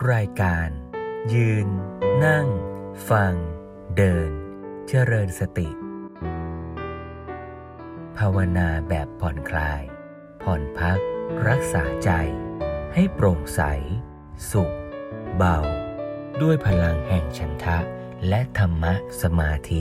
รายการยืนนั่งฟังเดินเจริญสติภาวนาแบบผ่อนคลายผ่อนพักรักษาใจให้โปร่งใสสุขเบาด้วยพลังแห่งฉันทะและธรรมะสมาธิ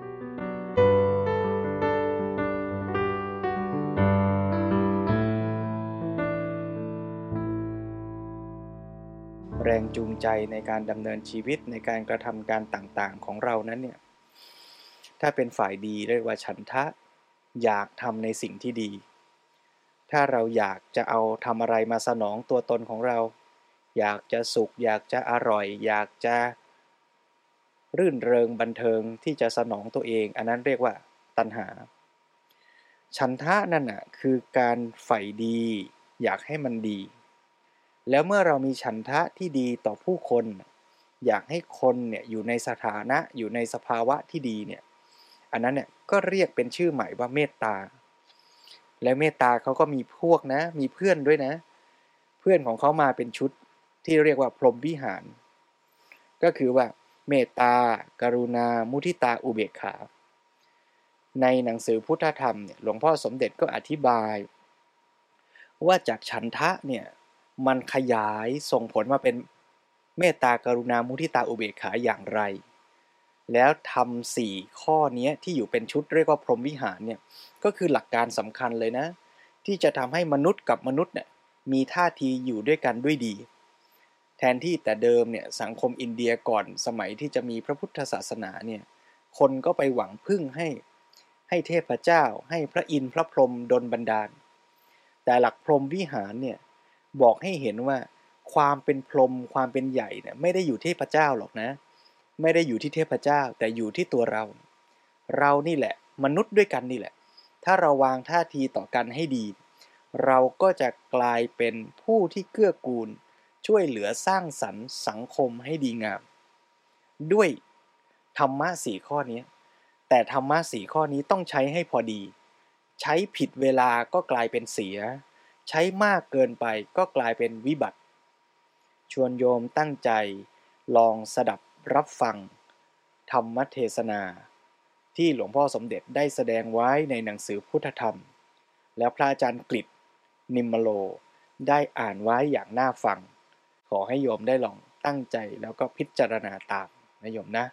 แรงจูงใจในการดำเนินชีวิตในการกระทำการต่างๆของเรานั้นเนี่ยถ้าเป็นฝ่ายดีเรียกว่าฉันทะอยากทำในสิ่งที่ดีถ้าเราอยากจะเอาทำอะไรมาสนองตัวตนของเราอยากจะสุขอยากจะอร่อยอยากจะรื่นเริงบันเทิงที่จะสนองตัวเองอันนั้นเรียกว่าตัณหาฉันทะนั่นน่ะคือการใฝ่ดีอยากให้มันดีแล้วเมื่อเรามีฉันทะที่ดีต่อผู้คนอยากให้คนเนี่ยอยู่ในสถานะอยู่ในสภาวะที่ดีเนี่ยอันนั้นเนี่ยก็เรียกเป็นชื่อใหม่ว่าเมตตาและเมตตาเขาก็มีพวกนะมีเพื่อนด้วยนะเพื่อนของเขามาเป็นชุดที่เรียกว่าพรหมวิหารก็คือว่าเมตตากรุณามุทิตาอุเบกขาในหนังสือพุทธธรรมเนี่ยหลวงพ่อสมเด็จก็อธิบายว่าจากฉันทะเนี่ยมันขยายส่งผลมาเป็นเมตตากรุณามุทิตาอุเบกขาอย่างไรแล้วทำ4ข้อนี้ที่อยู่เป็นชุดเรียกว่าพรหมวิหารเนี่ยก็คือหลักการสำคัญเลยนะที่จะทำให้มนุษย์กับมนุษย์เนี่ยมีท่าทีอยู่ด้วยกันด้วยดีแทนที่แต่เดิมเนี่ยสังคมอินเดียก่อนสมัยที่จะมีพระพุทธศาสนาเนี่ยคนก็ไปหวังพึ่งให้เทพเจ้าให้พระอินทร์พระพรหมดลบันดาลแต่หลักพรหมวิหารเนี่ยบอกให้เห็นว่าความเป็นพรหมความเป็นใหญ่เนี่ยไม่ได้อยู่ที่เทพเจ้าหรอกนะไม่ได้อยู่ที่เทพเจ้าแต่อยู่ที่ตัวเรานี่แหละมนุษย์ด้วยกันนี่แหละถ้าเราวางท่าทีต่อกันให้ดีเราก็จะกลายเป็นผู้ที่เกื้อกูลช่วยเหลือสร้างสรรค์สังคมให้ดีงามด้วยธรรมะ4ข้อนี้แต่ธรรมะ4ข้อนี้ต้องใช้ให้พอดีใช้ผิดเวลาก็กลายเป็นเสียใช้มากเกินไปก็กลายเป็นวิบัติชวนโยมตั้งใจลองสดับรับฟังธรรมเทศนาที่หลวงพ่อสมเด็จได้แสดงไว้ในหนังสือพุทธธรรมแล้วพระอาจารย์กฤษนิมมโลได้อ่านไว้อย่างน่าฟังขอให้โยมได้ลองตั้งใจแล้วก็พิจารณาตามนะโยมนะ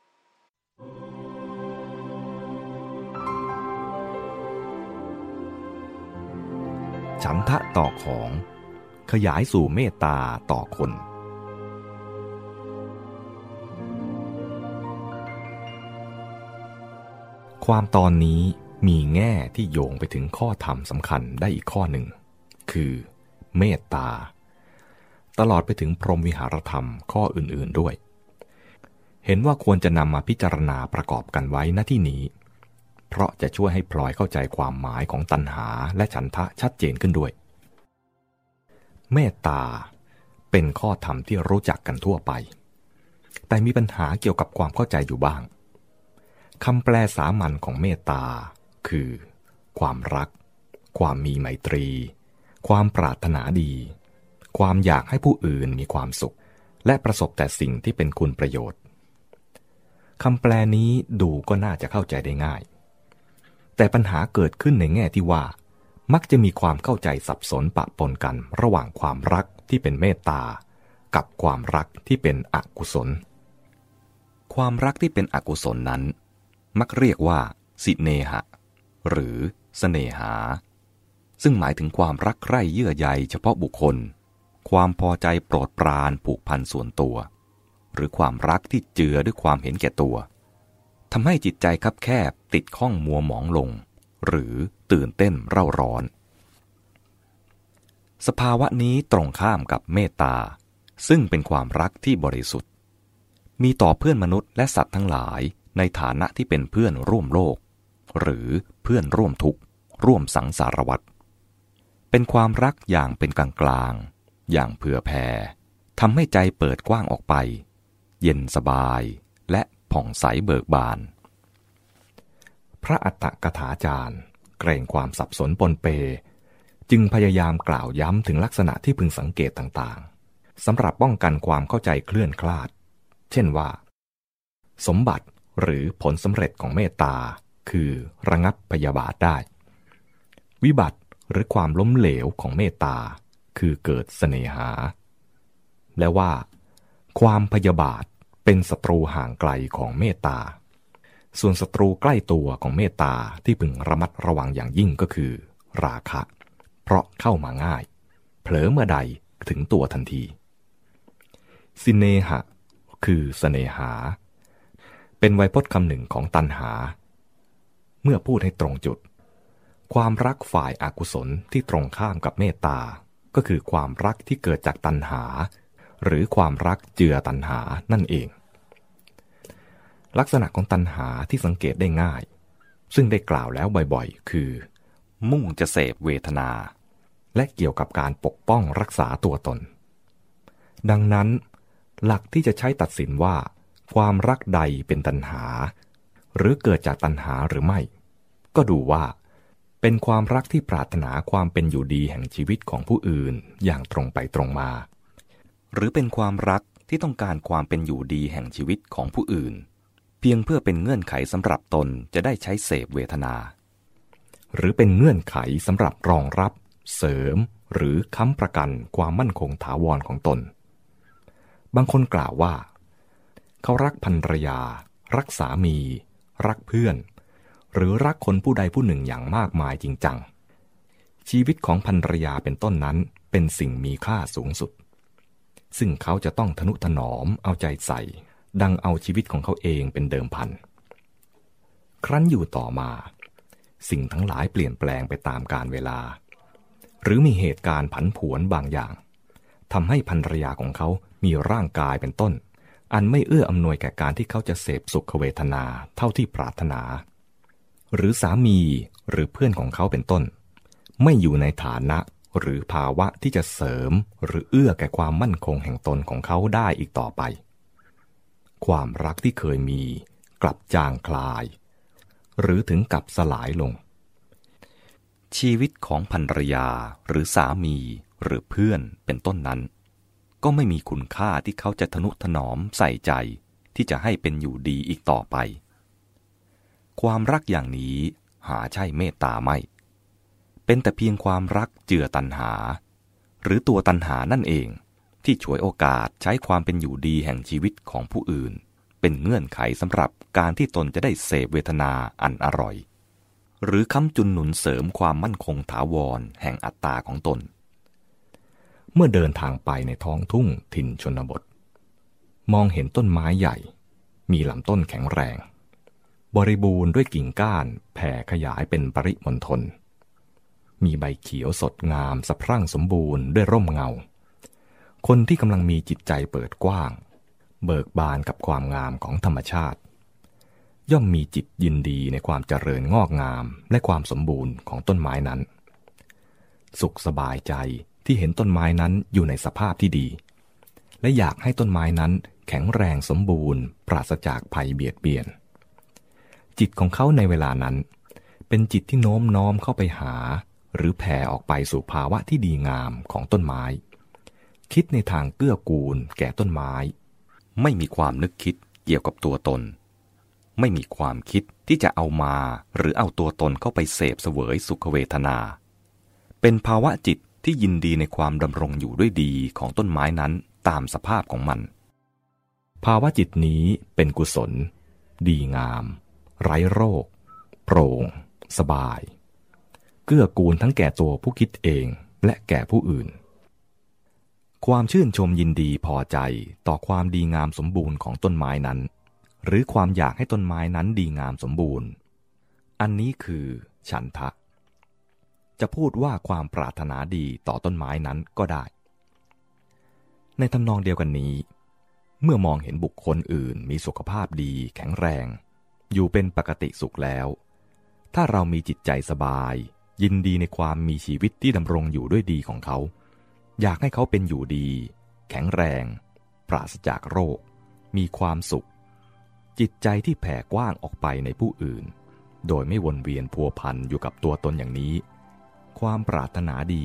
ฉันทะต่อของขยายสู่เมตตาต่อคนความตอนนี้มีแง่ที่โยงไปถึงข้อธรรมสำคัญได้อีกข้อหนึ่งคือเมตตาตลอดไปถึงพรหมวิหารธรรมข้ออื่นๆด้วยเห็นว่าควรจะนำมาพิจารณาประกอบกันไว้ณที่นี้เพราะจะช่วยให้พลอยเข้าใจความหมายของตัณหาและฉันทะชัดเจนขึ้นด้วยเมตตาเป็นข้อธรรมที่รู้จักกันทั่วไปแต่มีปัญหาเกี่ยวกับความเข้าใจอยู่บ้างคำแปลสามัญของเมตตาคือความรักความมีไมตรีความปรารถนาดีความอยากให้ผู้อื่นมีความสุขและประสบแต่สิ่งที่เป็นคุณประโยชน์คำแปลนี้ดูก็น่าจะเข้าใจได้ง่ายแต่ปัญหาเกิดขึ้นในแง่ที่ว่ามักจะมีความเข้าใจสับสนปะปนกันระหว่างความรักที่เป็นเมตตากับความรักที่เป็นอกุศลความรักที่เป็นอกุศลนั้นมักเรียกว่าสิเนหะหรือเสน่หาซึ่งหมายถึงความรักใคร่เยื่อใยเฉพาะบุคคลความพอใจโปรดปรานผูกพันส่วนตัวหรือความรักที่เจือด้วยความเห็นแก่ตัวทำให้จิตใจคับแคบติดข้องมัวหมองลงหรือตื่นเต้นเร่าร้อนสภาวะนี้ตรงข้ามกับเมตตาซึ่งเป็นความรักที่บริสุทธิ์มีต่อเพื่อนมนุษย์และสัตว์ทั้งหลายในฐานะที่เป็นเพื่อนร่วมโลกหรือเพื่อนร่วมทุกข์ร่วมสังสารวัฏเป็นความรักอย่างเป็นกลางๆอย่างเผื่อแผ่ทำให้ใจเปิดกว้างออกไปเย็นสบายและผ่องใสเบิกบานพระอัฏฐกถาจารย์เกรงความสับสนปนเปจึงพยายามกล่าวย้ำถึงลักษณะที่พึงสังเกตต่างสำหรับป้องกันความเข้าใจเคลื่อนคลาดเช่นว่าสมบัติหรือผลสำเร็จของเมตตาคือระงับพยาบาทได้วิบัติหรือความล้มเหลวของเมตตาคือเกิดเสน่หาและว่าความพยาบาทเป็นศัตรูห่างไกลของเมตตาส่วนศัตรูใกล้ตัวของเมตตาที่พึงระมัดระวังอย่างยิ่งก็คือราคะเพราะเข้ามาง่ายเผลอเมื่อใดถึงตัวทันทีสิเนหะคือเสน่หาเป็นไวยพจน์คำหนึ่งของตัณหาเมื่อพูดให้ตรงจุดความรักฝ่ายอกุศลที่ตรงข้ามกับเมตตาก็คือความรักที่เกิดจากตัณหาหรือความรักเจือตัณหานั่นเองลักษณะของตัณหาที่สังเกตได้ง่ายซึ่งได้กล่าวแล้วบ่อยๆคือมุ่งจะเสพเวทนาและเกี่ยวกับการปกป้องรักษาตัวตนดังนั้นหลักที่จะใช้ตัดสินว่าความรักใดเป็นตัณหาหรือเกิดจากตัณหาหรือไม่ก็ดูว่าเป็นความรักที่ปรารถนาความเป็นอยู่ดีแห่งชีวิตของผู้อื่นอย่างตรงไปตรงมาหรือเป็นความรักที่ต้องการความเป็นอยู่ดีแห่งชีวิตของผู้อื่นเพียงเพื่อเป็นเงื่อนไขสำหรับตนจะได้ใช้เสพเวทนาหรือเป็นเงื่อนไขสำหรับรองรับเสริมหรือค้ำประกันความมั่นคงถาวรของตนบางคนกล่าวว่าเขารักภรรยารักสามีรักเพื่อนหรือรักคนผู้ใดผู้หนึ่งอย่างมากมายจริงจังชีวิตของภรรยาเป็นต้นนั้นเป็นสิ่งมีค่าสูงสุดซึ่งเขาจะต้องทนุถนอมเอาใจใส่ดังเอาชีวิตของเขาเองเป็นเดิมพันครั้นอยู่ต่อมาสิ่งทั้งหลายเปลี่ยนแปลงไปตามกาลเวลาหรือมีเหตุการณ์ผันผวนบางอย่างทำให้ภรรยาของเขามีร่างกายเป็นต้นอันไม่เอื้ออำนวยแก่การที่เขาจะเสพสุขเวทนาเท่าที่ปรารถนาหรือสามีหรือเพื่อนของเขาเป็นต้นไม่อยู่ในฐานะหรือภาวะที่จะเสริมหรือเอื้อแก่ความมั่นคงแห่งตนของเขาได้อีกต่อไปความรักที่เคยมีกลับจางคลายหรือถึงกับสลายลงชีวิตของภรรยาหรือสามีหรือเพื่อนเป็นต้นนั้นก็ไม่มีคุณค่าที่เขาจะทนุถนอมใส่ใจที่จะให้เป็นอยู่ดีอีกต่อไปความรักอย่างนี้หาใช่เมตตาไม่เป็นแต่เพียงความรักเจือตัณหาหรือตัวตัณหานั่นเองที่ฉวยโอกาสใช้ความเป็นอยู่ดีแห่งชีวิตของผู้อื่นเป็นเงื่อนไขสำหรับการที่ตนจะได้เสพเวทนาอันอร่อยหรือค้ำจุนหนุนเสริมความมั่นคงถาวรแห่งอัตตาของตนเมื่อเดินทางไปในท้องทุ่งถิ่นชนบทมองเห็นต้นไม้ใหญ่มีลำต้นแข็งแรงบริบูรณ์ด้วยกิ่งก้านแผ่ขยายเป็นปริมณฑลมีใบเขียวสดงามสะพรั่งสมบูรณ์ด้วยร่มเงาคนที่กำลังมีจิตใจเปิดกว้างเบิกบานกับความงามของธรรมชาติย่อมมีจิตยินดีในความเจริญงอกงามและความสมบูรณ์ของต้นไม้นั้นสุขสบายใจที่เห็นต้นไม้นั้นอยู่ในสภาพที่ดีและอยากให้ต้นไม้นั้นแข็งแรงสมบูรณ์ปราศจากภัยเบียดเบียนจิตของเขาในเวลานั้นเป็นจิตที่โน้มน้อมเข้าไปหาหรือแผ่ออกไปสู่ภาวะที่ดีงามของต้นไม้คิดในทางเกื้อกูลแก่ต้นไม้ไม่มีความนึกคิดเกี่ยวกับตัวตนไม่มีความคิดที่จะเอามาหรือเอาตัวตนเข้าไปเสพเสวยสุขเวทนาเป็นภาวะจิตที่ยินดีในความดำรงอยู่ด้วยดีของต้นไม้นั้นตามสภาพของมันภาวะจิตนี้เป็นกุศลดีงามไร้โรคโปร่งสบายเกื้อกูลทั้งแก่ตัวผู้คิดเองและแก่ผู้อื่นความชื่นชมยินดีพอใจต่อความดีงามสมบูรณ์ของต้นไม้นั้นหรือความอยากให้ต้นไม้นั้นดีงามสมบูรณ์อันนี้คือฉันทะจะพูดว่าความปรารถนาดีต่อต้นไม้นั้นก็ได้ในทำนองเดียวกันนี้เมื่อมองเห็นบุคคลอื่นมีสุขภาพดีแข็งแรงอยู่เป็นปกติสุขแล้วถ้าเรามีจิตใจสบายยินดีในความมีชีวิตที่ดำรงอยู่ด้วยดีของเขาอยากให้เขาเป็นอยู่ดีแข็งแรงปราศจากโรคมีความสุขจิตใจที่แผ่กว้างออกไปในผู้อื่นโดยไม่วนเวียนพัวพันอยู่กับตัวตนอย่างนี้ความปรารถนาดี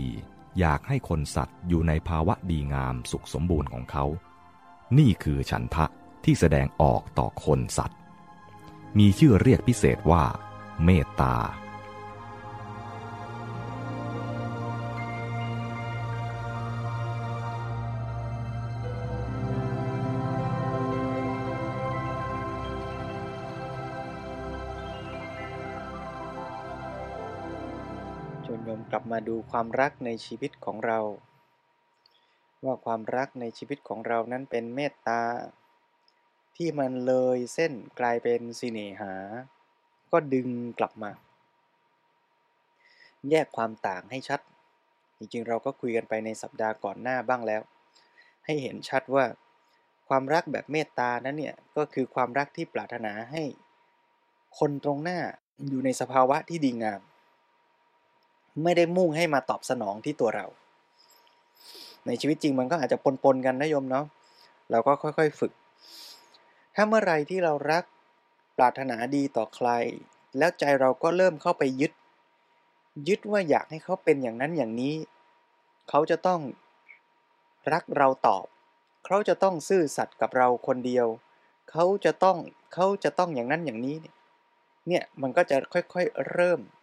อยากให้คนสัตว์อยู่ในภาวะดีงามสุขสมบูรณ์ของเขานี่คือฉันทะที่แสดงออกต่อคนสัตว์มีชื่อเรียกพิเศษว่าเมตตาโยมกลับมาดูความรักในชีวิตของเราว่าความรักในชีวิตของเรานั้นเป็นเมตตาที่มันเลยเส้นกลายเป็นสิเนหาก็ดึงกลับมาแยกความต่างให้ชัดจริงๆเราก็คุยกันไปในสัปดาห์ก่อนหน้าบ้างแล้วให้เห็นชัดว่าความรักแบบเมตตานั้นเนี่ยก็คือความรักที่ปรารถนาให้คนตรงหน้าอยู่ในสภาวะที่ดีงามไม่ได้มุ่งให้มาตอบสนองที่ตัวเราในชีวิตจริงมันก็อาจจะปนๆกันนะโยมเนาะเราก็ค่อยๆฝึกถ้าเมื่อไรที่เรารักปรารถนาดีต่อใครแล้วใจเราก็เริ่มเข้าไปยึดว่าอยากให้เขาเป็นอย่างนั้นอย่างนี้เขาจะต้องรักเราตอบเขาจะต้องซื่อสัตย์กับเราคนเดียวเขาจะต้องอย่างนั้นอย่างนี้เนี่ยมันก็จะค่อยๆเริ่ม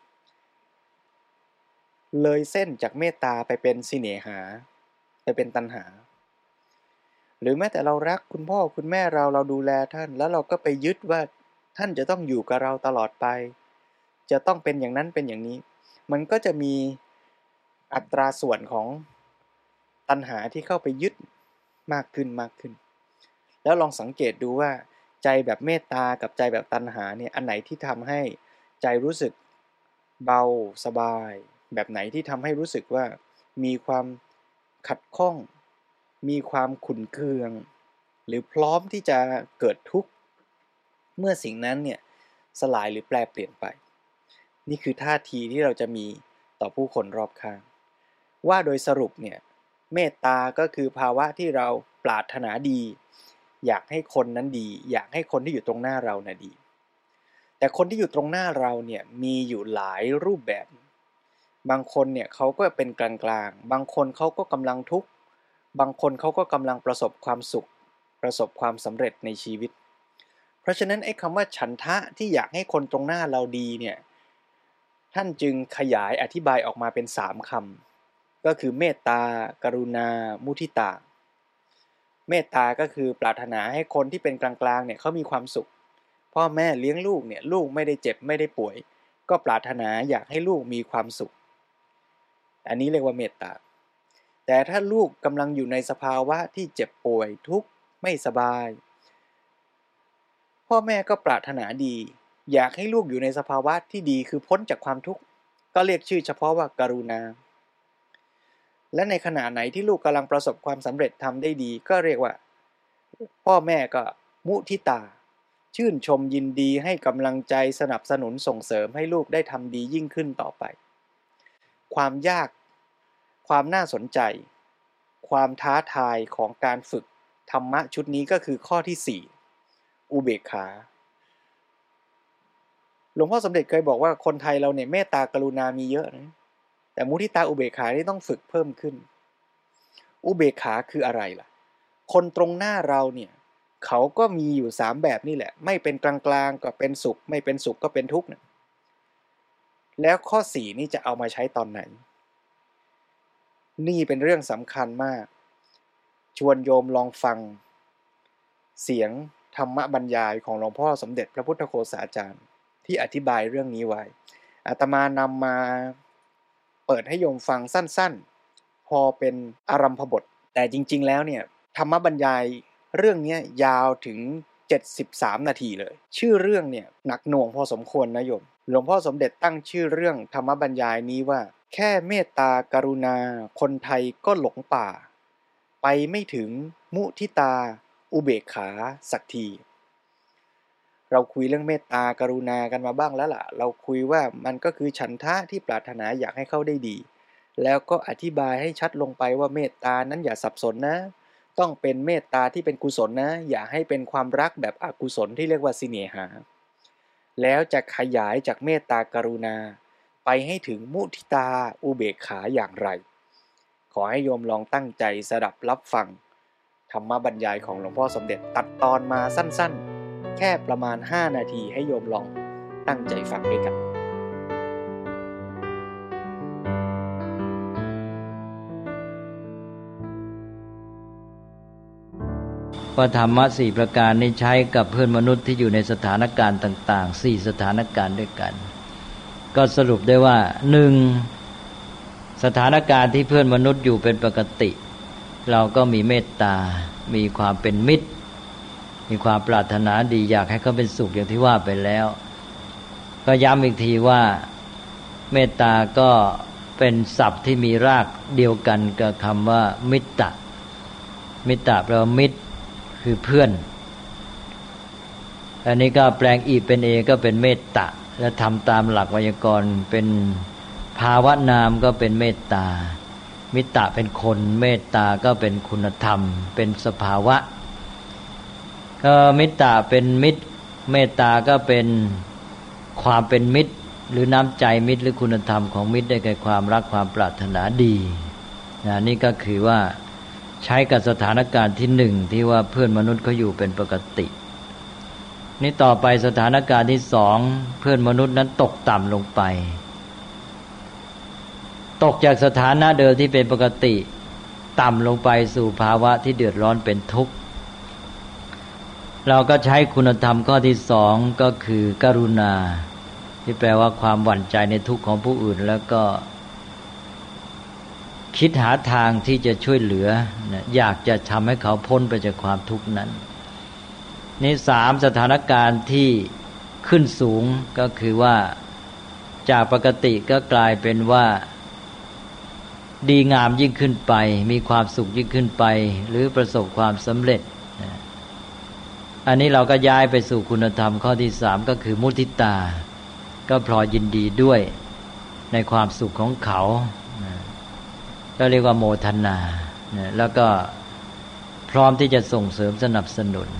เลยเส้นจากเมตตาไปเป็นสิเนหาไปเป็นตัณหาหรือแม้แต่เรารักคุณพ่อคุณแม่เราดูแลท่านแล้วเราก็ไปยึดว่าท่านจะต้องอยู่กับเราตลอดไปจะต้องเป็นอย่างนั้นเป็นอย่างนี้มันก็จะมีอัตราส่วนของตัณหาที่เข้าไปยึดมากขึ้นแล้วลองสังเกตดูว่าใจแบบเมตตากับใจแบบตัณหาเนี่ยอันไหนที่ทำให้ใจรู้สึกเบาสบายแบบไหนที่ทำให้รู้สึกว่ามีความขัดข้องมีความขุ่นเคืองหรือพร้อมที่จะเกิดทุกข์เมื่อสิ่งนั้นเนี่ยสลายหรือแปรเปลี่ยนไปนี่คือท่าทีที่เราจะมีต่อผู้คนรอบข้างว่าโดยสรุปเนี่ยเมตตาก็คือภาวะที่เราปรารถนาดีอยากให้คนนั้นดีอยากให้คนที่อยู่ตรงหน้าเราน่ะดีแต่คนที่อยู่ตรงหน้าเราเนี่ยมีอยู่หลายรูปแบบบางคนเนี่ยเขาก็เป็นกลางๆบางคนเขาก็กำลังทุกข์บางคนเขาก็กำลังประสบความสุขประสบความสำเร็จในชีวิตเพราะฉะนั้นไอ้คำว่าฉันทะที่อยากให้คนตรงหน้าเราดีเนี่ยท่านจึงขยายอธิบายออกมาเป็น3คำก็คือเมตตากรุณามุทิตาเมตตาก็คือปรารถนาให้คนที่เป็นกลางๆเนี่ยเขามีความสุขพ่อแม่เลี้ยงลูกเนี่ยลูกไม่ได้เจ็บไม่ได้ป่วยก็ปรารถนาอยากให้ลูกมีความสุขอันนี้เรียกว่าเมตตาแต่ถ้าลูกกำลังอยู่ในสภาวะที่เจ็บป่วยทุกข์ไม่สบายพ่อแม่ก็ปรารถนาดีอยากให้ลูกอยู่ในสภาวะที่ดีคือพ้นจากความทุกข์ก็เรียกชื่อเฉพาะว่ากรุณาและในขณะไหนที่ลูกกำลังประสบความสำเร็จทำได้ดีก็เรียกว่าพ่อแม่ก็มุทิตาชื่นชมยินดีให้กำลังใจสนับสนุนส่งเสริมให้ลูกได้ทำดียิ่งขึ้นต่อไปความยากความน่าสนใจความท้าทายของการฝึกธรรมะชุดนี้ก็คือข้อที่4อุเบกขาหลวงพ่อสมเด็จเคยบอกว่าคนไทยเราเนี่ยเมตตากรุณามีเยอะนะแต่มุทิตาอุเบกขานี่ต้องฝึกเพิ่มขึ้นอุเบกขาคืออะไรล่ะคนตรงหน้าเราเนี่ยเขาก็มีอยู่3แบบนี่แหละไม่เป็นกลางๆก็เป็นสุขไม่เป็นสุขก็เป็นทุกข์นะแล้วข้อ4นี่จะเอามาใช้ตอนไหนนี่เป็นเรื่องสำคัญมากชวนโยมลองฟังเสียงธรรมบรรยายของหลวงพ่อสมเด็จพระพุทธโฆษาจารย์ที่อธิบายเรื่องนี้ไว้อาตมานำมาเปิดให้โยมฟังสั้นๆพอเป็นอารัมภบทแต่จริงๆแล้วเนี่ยธรรมบรรยายเรื่องนี้ยาวถึง73นาทีเลยชื่อเรื่องเนี่ยหนักหน่วงพอสมควรนะโยมหลวงพ่อสมเด็จตั้งชื่อเรื่องธรรมบรรยายนี้ว่าแค่เมตตากรุณาคนไทยก็หลงป่าไปไม่ถึงมุทิตาอุเบกขาสักทีเราคุยเรื่องเมตตากรุณากันมาบ้างแล้วล่ะเราคุยว่ามันก็คือฉันทะที่ปรารถนาอยากให้เขาได้ดีแล้วก็อธิบายให้ชัดลงไปว่าเมตตานั้นอย่าสับสนนะต้องเป็นเมตตาที่เป็นกุศลนะอย่าให้เป็นความรักแบบอกุศลที่เรียกว่าสิเนหาแล้วจะขยายจากเมตตากรุณาไปให้ถึงมุทิตาอุเบกขาอย่างไรขอให้โยมลองตั้งใจสดับรับฟังธรรมบรรยายของหลวงพ่อสมเด็จตัดตอนมาสั้นๆแค่ประมาณ5 นาทีให้โยมลองตั้งใจฟังด้วยกันพระธรรมะ4ประการนี้ใช้กับเพื่อนมนุษย์ที่อยู่ในสถานการณ์ต่างๆ4สถานการณ์ด้วยกันก็สรุปได้ว่า 1. สถานการณ์ที่เพื่อนมนุษย์อยู่เป็นปกติเราก็มีเมตตามีความเป็นมิตรมีความปรารถนาดีอยากให้เขาเป็นสุขอย่างที่ว่าไปแล้วก็ย้ำอีกทีว่าเมตตาก็เป็นศัพท์ที่มีรากเดียวกันกับคำว่ามิตตะมิตตะแปลว่ามิตรคือเพื่อนอันนี้ก็แปลงอีเป็นเอก็เป็นเมตตะและทำตามหลักไวยากรณ์เป็นภาวะนามก็เป็นเมตตามิตตะเป็นคนเมตตาก็เป็นคุณธรรมเป็นสภาวะก็มิตตะเป็นมิตรเมตตาก็เป็นความเป็นมิตรหรือน้ำใจมิตรหรือคุณธรรมของมิตรได้แก่ความรักความปรารถนาดีนี่ก็คือว่าใช้กับสถานการณ์ที่ 1ที่ว่าเพื่อนมนุษย์เขาอยู่เป็นปกตินี่ต่อไปสถานการณ์ที่ 2เพื่อนมนุษย์นั้นตกต่ำลงไปตกจากสถานะเดิมที่เป็นปกติต่ำลงไปสู่ภาวะที่เดือดร้อนเป็นทุกข์เราก็ใช้คุณธรรมข้อที่ 2ก็คือกรุณาที่แปลว่าความหวั่นใจในทุกข์ของผู้อื่นแล้วก็คิดหาทางที่จะช่วยเหลืออยากจะทำให้เขาพ้นไปจากความทุกข์นั้นนี่3สถานการณ์ที่ขึ้นสูงก็คือว่าจากปกติก็กลายเป็นว่าดีงามยิ่งขึ้นไปมีความสุขยิ่งขึ้นไปหรือประสบความสำเร็จอันนี้เราก็ย้ายไปสู่คุณธรรมข้อที่3ก็คือมุทิตาก็พลอยยินดีด้วยในความสุขของเขาก็เรียกว่าโมทนาแล้วก็พร้อมที่จะส่งเสริมสนับสนุน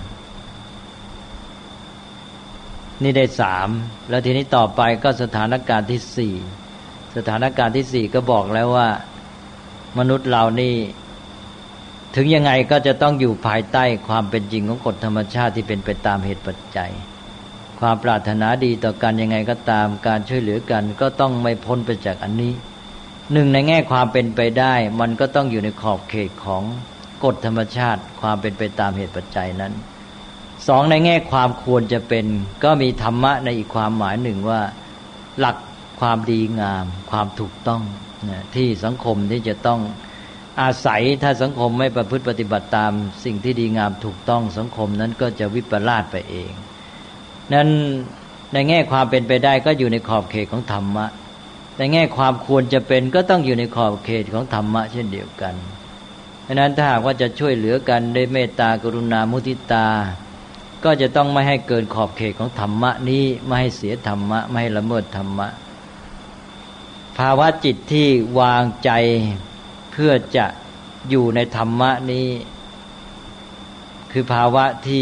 นี่ได้3แล้วทีนี้ต่อไปก็สถานการณ์ที่4สถานการณ์ที่4ก็บอกแล้วว่ามนุษย์เรานี่ถึงยังไงก็จะต้องอยู่ภายใต้ความเป็นจริงของกฎธรรมชาติที่เป็นไปตามเหตุปัจจัยความปรารถนาดีต่อกันยังไงก็ตามการช่วยเหลือกันก็ต้องไม่พ้นไปจากอันนี้1ในแง่ความเป็นไปได้มันก็ต้องอยู่ในขอบเขตของกฎธรรมชาติความเป็นไปตามเหตุปัจจัยนั้น2ในแง่ความควรจะเป็นก็มีธรรมะในอีกความหมายหนึ่งว่าหลักความดีงามความถูกต้องที่สังคมที่จะต้องอาศัยถ้าสังคมไม่ประพฤติปฏิบัติตามสิ่งที่ดีงามถูกต้องสังคมนั้นก็จะวิปลาสไปเองนั้นในแง่ความเป็นไปได้ก็อยู่ในขอบเขตของธรรมะในแง่ความควรจะเป็นก็ต้องอยู่ในขอบเขตของธรรมะเช่นเดียวกันเพราะนั้นถ้าหากว่าจะช่วยเหลือกันด้วยเมตตากรุณามุทิตาก็จะต้องไม่ให้เกินขอบเขตของธรรมะนี้ไม่ให้เสียธรรมะไม่ให้ละเมิดธรรมะภาวะจิตที่วางใจเพื่อจะอยู่ในธรรมะนี้คือภาวะที่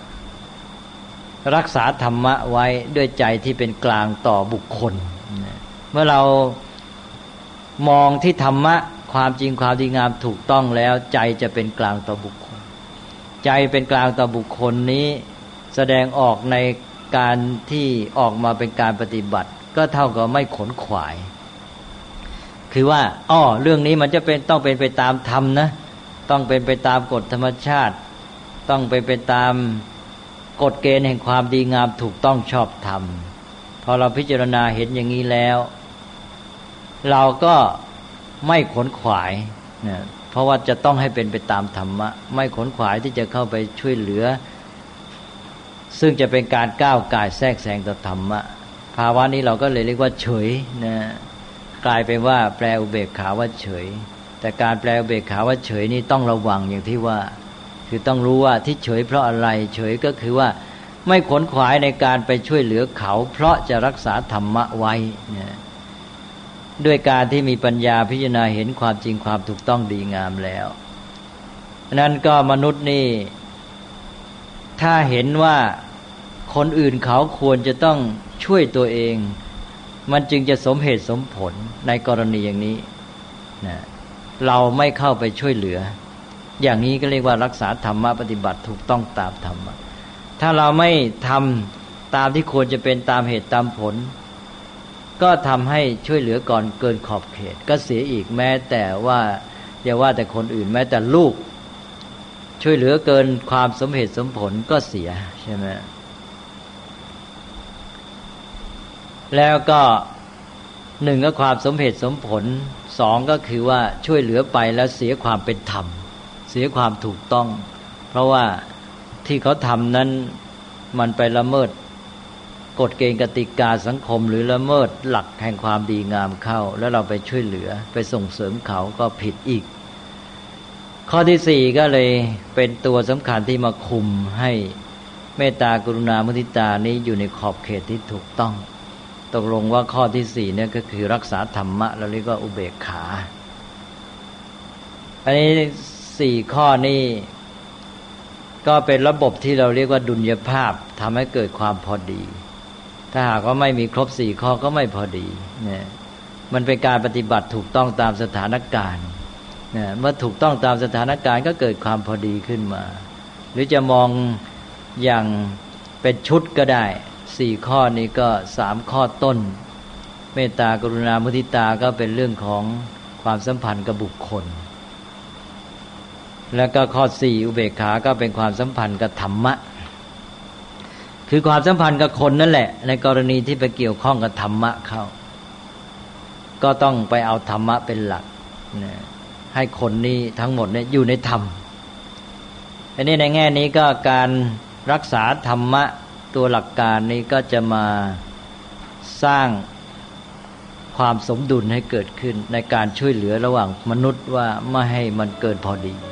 รักษาธรรมะไว้ด้วยใจที่เป็นกลางต่อบุคคลเมื่อเรามองที่ธรรมะความจริงความดีงามถูกต้องแล้วใจจะเป็นกลางต่อบุคคลใจเป็นกลางต่อบุคคลนี้แสดงออกในการที่ออกมาเป็นการปฏิบัติก็เท่ากับไม่ขนขวายคือว่าเรื่องนี้มันจะต้องเป็นไปตามธรรมนะต้องเป็นไปตามกฎธรรมชาติต้องเป็นไปตามกฎเกณฑ์แห่งความดีงามถูกต้องชอบธรรมพอเราพิจารณาเห็นอย่างนี้แล้วเราก็ไม่ขนขวายนะเพราะว่าจะต้องให้เป็นไปตามธรรมะไม่ขนขวายที่จะเข้าไปช่วยเหลือซึ่งจะเป็นการก้าวก่ายแทรกแซงต่อธรรมะภาวะนี้เราก็เลยเรียกว่าเฉยนะกลายเป็นว่าแปลอุเบกขาว่าเฉยแต่การแปลอุเบกขาว่าเฉยนี่ต้องระวังอย่างที่ว่าคือต้องรู้ว่าที่เฉยเพราะอะไรเฉยก็คือว่าไม่ขนขวายในการไปช่วยเหลือเขาเพราะจะรักษาธรรมะไว้นะด้วยการที่มีปัญญาพิจารณาเห็นความจริงความถูกต้องดีงามแล้วนั้นก็มนุษย์นี่ถ้าเห็นว่าคนอื่นเขาควรจะต้องช่วยตัวเองมันจึงจะสมเหตุสมผลในกรณีอย่างนี้นะเราไม่เข้าไปช่วยเหลืออย่างนี้ก็เรียกว่ารักษาธรรมะปฏิบัติถูกต้องตามธรรมะถ้าเราไม่ทำตามที่ควรจะเป็นตามเหตุตามผลก็ทำให้ช่วยเหลือก่อนเกินขอบเขตก็เสียอีกแม้แต่ว่าอย่าว่าแต่คนอื่นแม้แต่ลูกช่วยเหลือเกินความสมเหตุสมผลก็เสียใช่ไหมแล้วก็หนึ่งก็ความสมเหตุสมผลสองก็คือว่าช่วยเหลือไปแล้วเสียความเป็นธรรมเสียความถูกต้องเพราะว่าที่เขาทำนั้นมันไปละเมิดกฎเกณฑ์กติกาสังคมหรือละเมิดหลักแห่งความดีงามเข้าแล้วเราไปช่วยเหลือไปส่งเสริมเขาก็ผิดอีกข้อที่สี่ก็เลยเป็นตัวสำคัญที่มาคุมให้เมตตากรุณามุทิตานี้อยู่ในขอบเขตที่ถูกต้องตกลงว่าข้อที่สี่เนี่ยก็คือรักษาธรรมะแล้วเรียกว่าอุเบกขาอันนี้สี่ข้อนี้ก็เป็นระบบที่เราเรียกว่าดุลยภาพทำให้เกิดความพอดีถ้าหากว่าไม่มีครบสี่ข้อก็ไม่พอดีเนี่ยมันเป็นการปฏิบัติถูกต้องตามสถานการณ์เนี่ยเมื่อถูกต้องตามสถานการณ์ก็เกิดความพอดีขึ้นมาหรือจะมองอย่างเป็นชุดก็ได้สี่ข้อนี้ก็สามข้อต้นเมตตากรุณามุทิตาก็เป็นเรื่องของความสัมพันธ์กับบุคคลแล้วก็ข้อสี่อุเบกขาก็เป็นความสัมพันธ์กับธรรมะคือความสัมพันธ์กับคนนั่นแหละในกรณีที่ไปเกี่ยวข้องกับธรรมะเข้าก็ต้องไปเอาธรรมะเป็นหลักนะให้คนนี้ทั้งหมดเนี่ยอยู่ในธรรมอันนี้ในแง่นี้ก็การรักษาธรรมะตัวหลักการนี้ก็จะมาสร้างความสมดุลให้เกิดขึ้นในการช่วยเหลือระหว่างมนุษย์ว่าไม่ให้มันเกินพอดี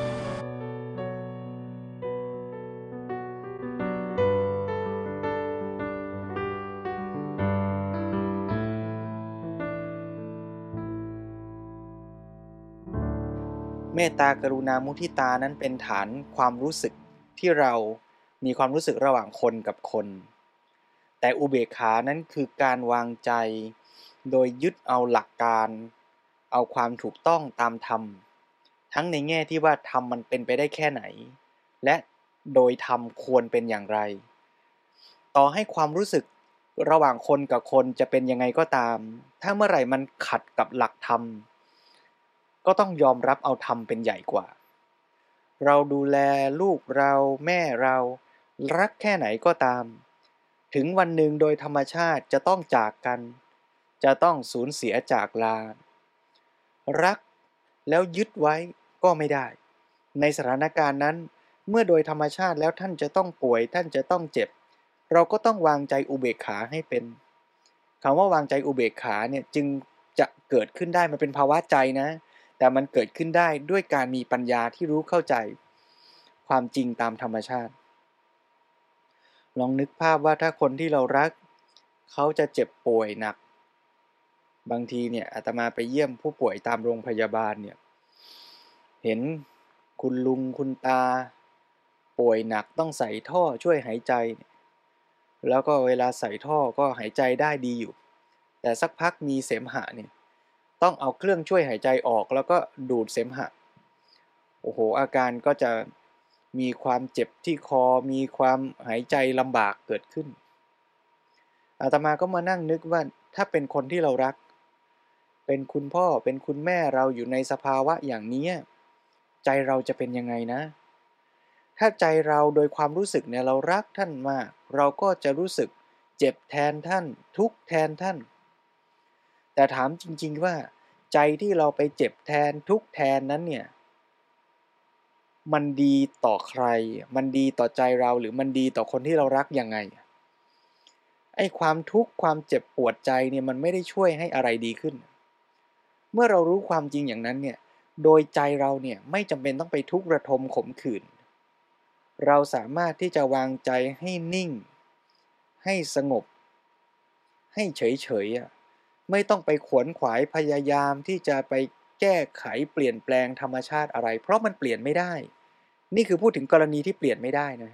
เมตตากรุณามุทิตานั้นเป็นฐานความรู้สึกที่เรามีความรู้สึกระหว่างคนกับคนแต่อุเบกขานั้นคือการวางใจโดยยึดเอาหลักการเอาความถูกต้องตามธรรมทั้งในแง่ที่ว่าธรรมมันเป็นไปได้แค่ไหนและโดยธรรมควรเป็นอย่างไรต่อให้ความรู้สึกระหว่างคนกับคนจะเป็นยังไงก็ตามถ้าเมื่อไหร่มันขัดกับหลักธรรมก็ต้องยอมรับเอาธรรมเป็นใหญ่กว่าเราดูแลลูกเราแม่เรารักแค่ไหนก็ตามถึงวันหนึ่งโดยธรรมชาติจะต้องจากกันจะต้องสูญเสียจากลารักแล้วยึดไว้ก็ไม่ได้ในสถานการณ์นั้นเมื่อโดยธรรมชาติแล้วท่านจะต้องป่วยท่านจะต้องเจ็บเราก็ต้องวางใจอุเบกขาให้เป็นคำว่าวางใจอุเบกขาเนี่ยจึงจะเกิดขึ้นได้มันเป็นภาวะใจนะแต่มันเกิดขึ้นได้ด้วยการมีปัญญาที่รู้เข้าใจความจริงตามธรรมชาติลองนึกภาพว่าถ้าคนที่เรารักเขาจะเจ็บป่วยหนักบางทีเนี่ยอาตมาไปเยี่ยมผู้ป่วยตามโรงพยาบาลเนี่ยเห็นคุณลุงคุณตาป่วยหนักต้องใส่ท่อช่วยหายใจแล้วก็เวลาใส่ท่อก็หายใจได้ดีอยู่แต่สักพักมีเสมหะเนี่ยต้องเอาเครื่องช่วยหายใจออกแล้วก็ดูดเสมหะโอ้โหอาการก็จะมีความเจ็บที่คอมีความหายใจลำบากเกิดขึ้นอาตมาก็มานั่งนึกว่าถ้าเป็นคนที่เรารักเป็นคุณพ่อเป็นคุณแม่เราอยู่ในสภาวะอย่างนี้ใจเราจะเป็นยังไงนะถ้าใจเราโดยความรู้สึกเนี่ยเรารักท่านมากเราก็จะรู้สึกเจ็บแทนท่านทุกข์แทนท่านแต่ถามจริงๆว่าใจที่เราไปเจ็บแทนทุกข์แทนนั้นเนี่ยมันดีต่อใครมันดีต่อใจเราหรือมันดีต่อคนที่เรารักยังไงไอ้ความทุกข์ความเจ็บปวดใจเนี่ยมันไม่ได้ช่วยให้อะไรดีขึ้นเมื่อเรารู้ความจริงอย่างนั้นเนี่ยโดยใจเราเนี่ยไม่จำเป็นต้องไปทุกข์ระทมขมขื่นเราสามารถที่จะวางใจให้นิ่งให้สงบให้เฉยๆไม่ต้องไปขวนขวายพยายามที่จะไปแก้ไขเปลี่ยนแปลงธรรมชาติอะไรเพราะมันเปลี่ยนไม่ได้นี่คือพูดถึงกรณีที่เปลี่ยนไม่ได้นะ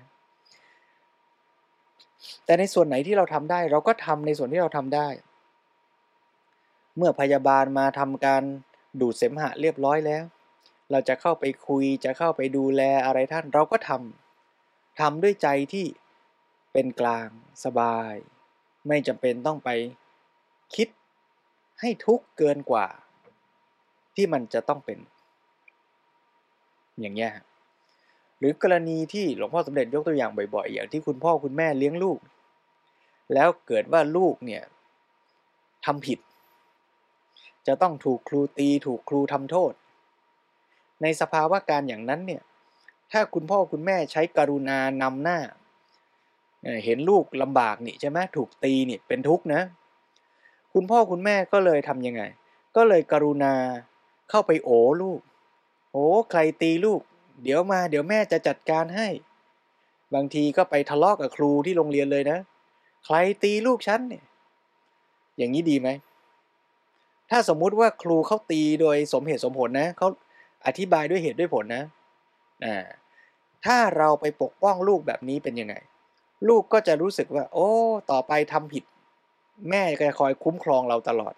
แต่ในส่วนไหนที่เราทำได้เราก็ทำในส่วนที่เราทำได้เมื่อพยาบาลมาทำการดูดเสมหะเรียบร้อยแล้วเราจะเข้าไปคุยจะเข้าไปดูแลอะไรท่านเราก็ทำด้วยใจที่เป็นกลางสบายไม่จำเป็นต้องไปคิดให้ทุกข์เกินกว่าที่มันจะต้องเป็นอย่างเงี้ยหรือกรณีที่หลวงพ่อสมเด็จยกตัวอย่างบ่อยๆอย่างที่คุณพ่อคุณแม่เลี้ยงลูกแล้วเกิดว่าลูกเนี่ยทำผิดจะต้องถูกครูตีถูกครูทำโทษในสภาวะการอย่างนั้นเนี่ยถ้าคุณพ่อคุณแม่ใช้กรุณานำหน้าเห็นลูกลำบากนี่ใช่ไหมถูกตีนี่เป็นทุกข์นะคุณพ่อคุณแม่ก็เลยทำยังไงก็เลยกรุณาเข้าไปโอ้ลูกโอ้ใครตีลูกเดี๋ยวแม่จะจัดการให้บางทีก็ไปทะเลาะกับครูที่โรงเรียนเลยนะใครตีลูกฉันเนี่ยอย่างนี้ดีไหมถ้าสมมุติว่าครูเขาตีโดยสมเหตุสมผลนะเขาอธิบายด้วยเหตุด้วยผลนะถ้าเราไปปกป้องลูกแบบนี้เป็นยังไงลูกก็จะรู้สึกว่าโอ้ต่อไปทำผิดแม่จะคอยคุ้มครองเราตลอด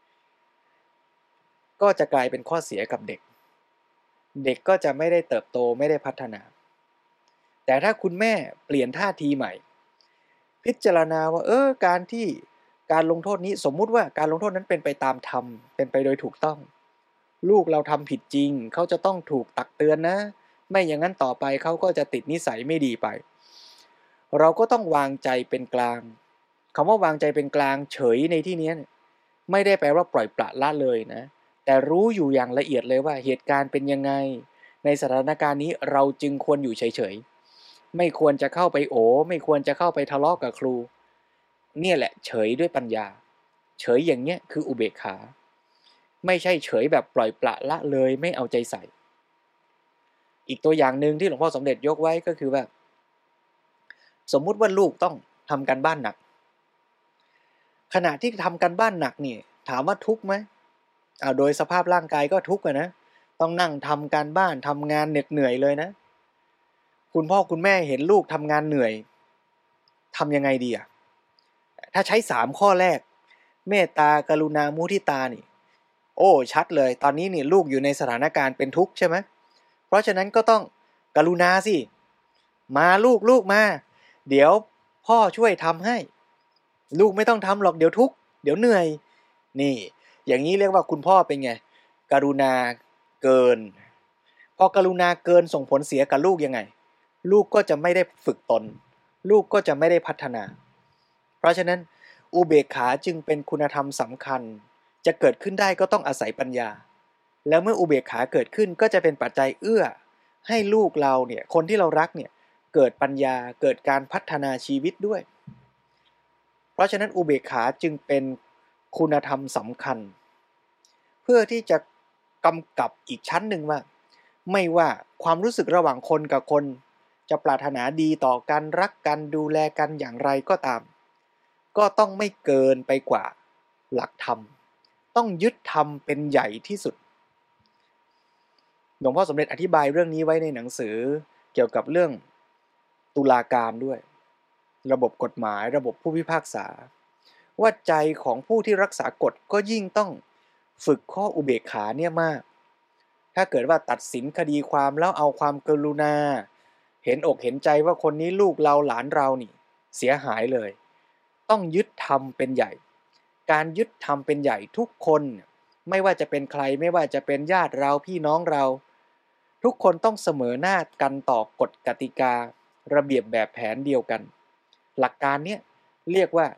ก็จะกลายเป็นข้อเสียกับเด็กก็จะไม่ได้เติบโตไม่ได้พัฒนาแต่ถ้าคุณแม่เปลี่ยนท่าทีใหม่พิจารณาว่าการลงโทษนี้สมมุติว่าการลงโทษนั้นเป็นไปตามธรรมเป็นไปโดยถูกต้องลูกเราทำผิดจริงเขาจะต้องถูกตักเตือนนะไม่อย่างนั้นต่อไปเขาก็จะติดนิสัยไม่ดีไปเราก็ต้องวางใจเป็นกลางคำว่าวางใจเป็นกลางเฉยในที่นี้ไม่ได้แปลว่าปล่อยปละละเลยนะแต่รู้อยู่อย่างละเอียดเลยว่าเหตุการณ์เป็นยังไงในสถานการณ์นี้เราจึงควรอยู่เฉยๆไม่ควรจะเข้าไปโอ้ไม่ควรจะเข้าไปทะเลาะกับครูเนี่ยแหละเฉยด้วยปัญญาเฉยอย่างเนี้ยคืออุเบกขาไม่ใช่เฉยแบบปล่อยปละละเลยไม่เอาใจใส่อีกตัวอย่างหนึ่งที่หลวงพ่อสมเด็จยกไว้ก็คือว่าสมมุติว่าลูกต้องทำการบ้านหนักขณะที่ทำการบ้านหนักนี่ถามว่าทุกข์ไหมโดยสภาพร่างกายก็ทุกข์นะต้องนั่งทำการบ้านทำงานเหนื่อยเลยนะคุณพ่อคุณแม่เห็นลูกทำงานเหนื่อยทำยังไงดีถ้าใช้3ข้อแรกเมตตากรุณามุทิตานี่โอ้ชัดเลยตอนนี้นี่ลูกอยู่ในสถานการณ์เป็นทุกข์ใช่ไหมเพราะฉะนั้นก็ต้องกรุณาสิมาลูกมาเดี๋ยวพ่อช่วยทำให้ลูกไม่ต้องทำหรอกเดี๋ยวทุกข์เดี๋ยวเหนื่อยนี่อย่างนี้เรียกว่าคุณพ่อเป็นไงกรุณาเกินพอกรุณาเกินส่งผลเสียกับลูกยังไงลูกก็จะไม่ได้ฝึกตนลูกก็จะไม่ได้พัฒนาเพราะฉะนั้นอุเบกขาจึงเป็นคุณธรรมสำคัญจะเกิดขึ้นได้ก็ต้องอาศัยปัญญาแล้วเมื่ออุเบกขาเกิดขึ้นก็จะเป็นปัจจัยเอื้อให้ลูกเราเนี่ยคนที่เรารักเนี่ยเกิดปัญญาเกิดการพัฒนาชีวิตด้วยเพราะฉะนั้นอุเบกขาจึงเป็นคุณธรรมสำคัญเพื่อที่จะกำกับอีกชั้นหนึ่งว่าไม่ว่าความรู้สึกระหว่างคนกับคนจะปรารถนาดีต่อกันรักกันดูแลกันอย่างไรก็ตามก็ต้องไม่เกินไปกว่าหลักธรรมต้องยึดธรรมเป็นใหญ่ที่สุดหลวงพ่อสมเด็จอธิบายเรื่องนี้ไว้ในหนังสือเกี่ยวกับเรื่องตุลาการด้วยระบบกฎหมายระบบผู้พิพากษาว่าใจของผู้ที่รักษากฎก็ยิ่งต้องฝึกข้ออุเบกขาเนี่ยมากถ้าเกิดว่าตัดสินคดีความแล้วเอาความกรุณาเห็นอกเห็นใจว่าคนนี้ลูกเราหลานเรานี่เสียหายเลยต้องยึดธรรมเป็นใหญ่การยึดธรรมเป็นใหญ่ทุกคนไม่ว่าจะเป็นใครไม่ว่าจะเป็นญาติเราพี่น้องเราทุกคนต้องเสมอหน้ากันต่อกฎกติการะเบียบแบบแผนเดียวกันหลักการนี้เรียกว่า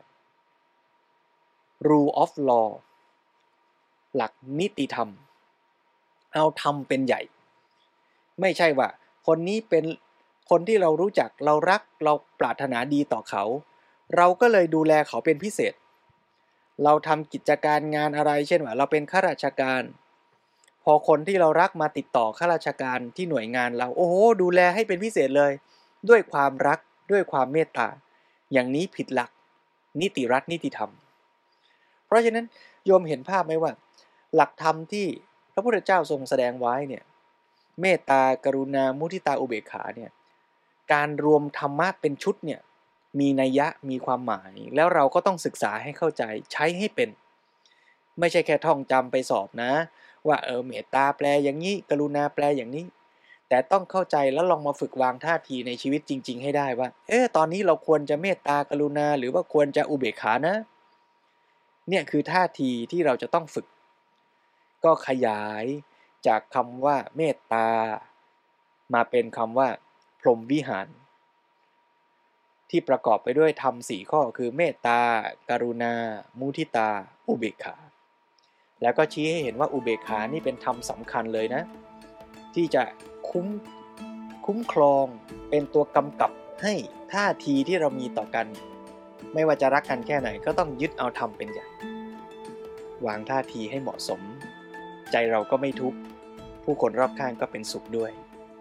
rule of law หลักนิติธรรมเอาธรรมเป็นใหญ่ไม่ใช่ว่าคนนี้เป็นคนที่เรารู้จักเรารักเราปรารถนาดีต่อเขาเราก็เลยดูแลเขาเป็นพิเศษเราทำกิจการงานอะไรเช่นว่าเราเป็นข้าราชการพอคนที่เรารักมาติดต่อข้าราชการที่หน่วยงานเราโอ้โหดูแลให้เป็นพิเศษเลยด้วยความรักด้วยความเมตตาอย่างนี้ผิดหลักนิติรัฐนิติธรรมเพราะฉะนั้นโยมเห็นภาพไหมว่าหลักธรรมที่พระพุทธเจ้าทรงแสดงไว้เนี่ยเมตตากรุณามุทิตาอุเบกขาเนี่ยการรวมธรรมะเป็นชุดเนี่ยมีนัยยะมีความหมายแล้วเราก็ต้องศึกษาให้เข้าใจใช้ให้เป็นไม่ใช่แค่ท่องจำไปสอบนะว่าเมตตาแปลอย่างนี้กรุณาแปลอย่างนี้แต่ต้องเข้าใจแล้วลองมาฝึกวางท่าทีในชีวิตจริงๆให้ได้ว่าตอนนี้เราควรจะเมตตากรุณาหรือว่าควรจะอุเบกขานะเนี่ยคือท่าทีที่เราจะต้องฝึกก็ขยายจากคำว่าเมตตามาเป็นคำว่าพรหมวิหารที่ประกอบไปด้วยธรรม4ข้อคือเมตตากรุณามุทิตาอุเบกขาแล้วก็ชี้ให้เห็นว่าอุเบกขานี่เป็นธรรมสำคัญเลยนะที่จะคุ้มครองเป็นตัวกำกับให้ท่าทีที่เรามีต่อกันไม่ว่าจะรักกันแค่ไหนก็ต้องยึดเอาธรรมเป็นใหญ่วางท่าทีให้เหมาะสมใจเราก็ไม่ทุกข์ผู้คนรอบข้างก็เป็นสุขด้วย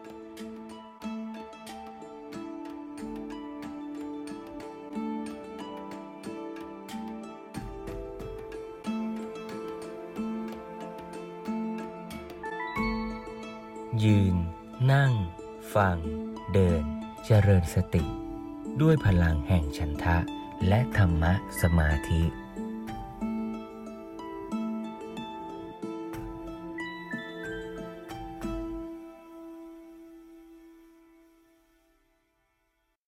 ยืนนั่งฟังเดินเจริญสติด้วยพลังแห่งฉันทะและธรรมะสมาธิ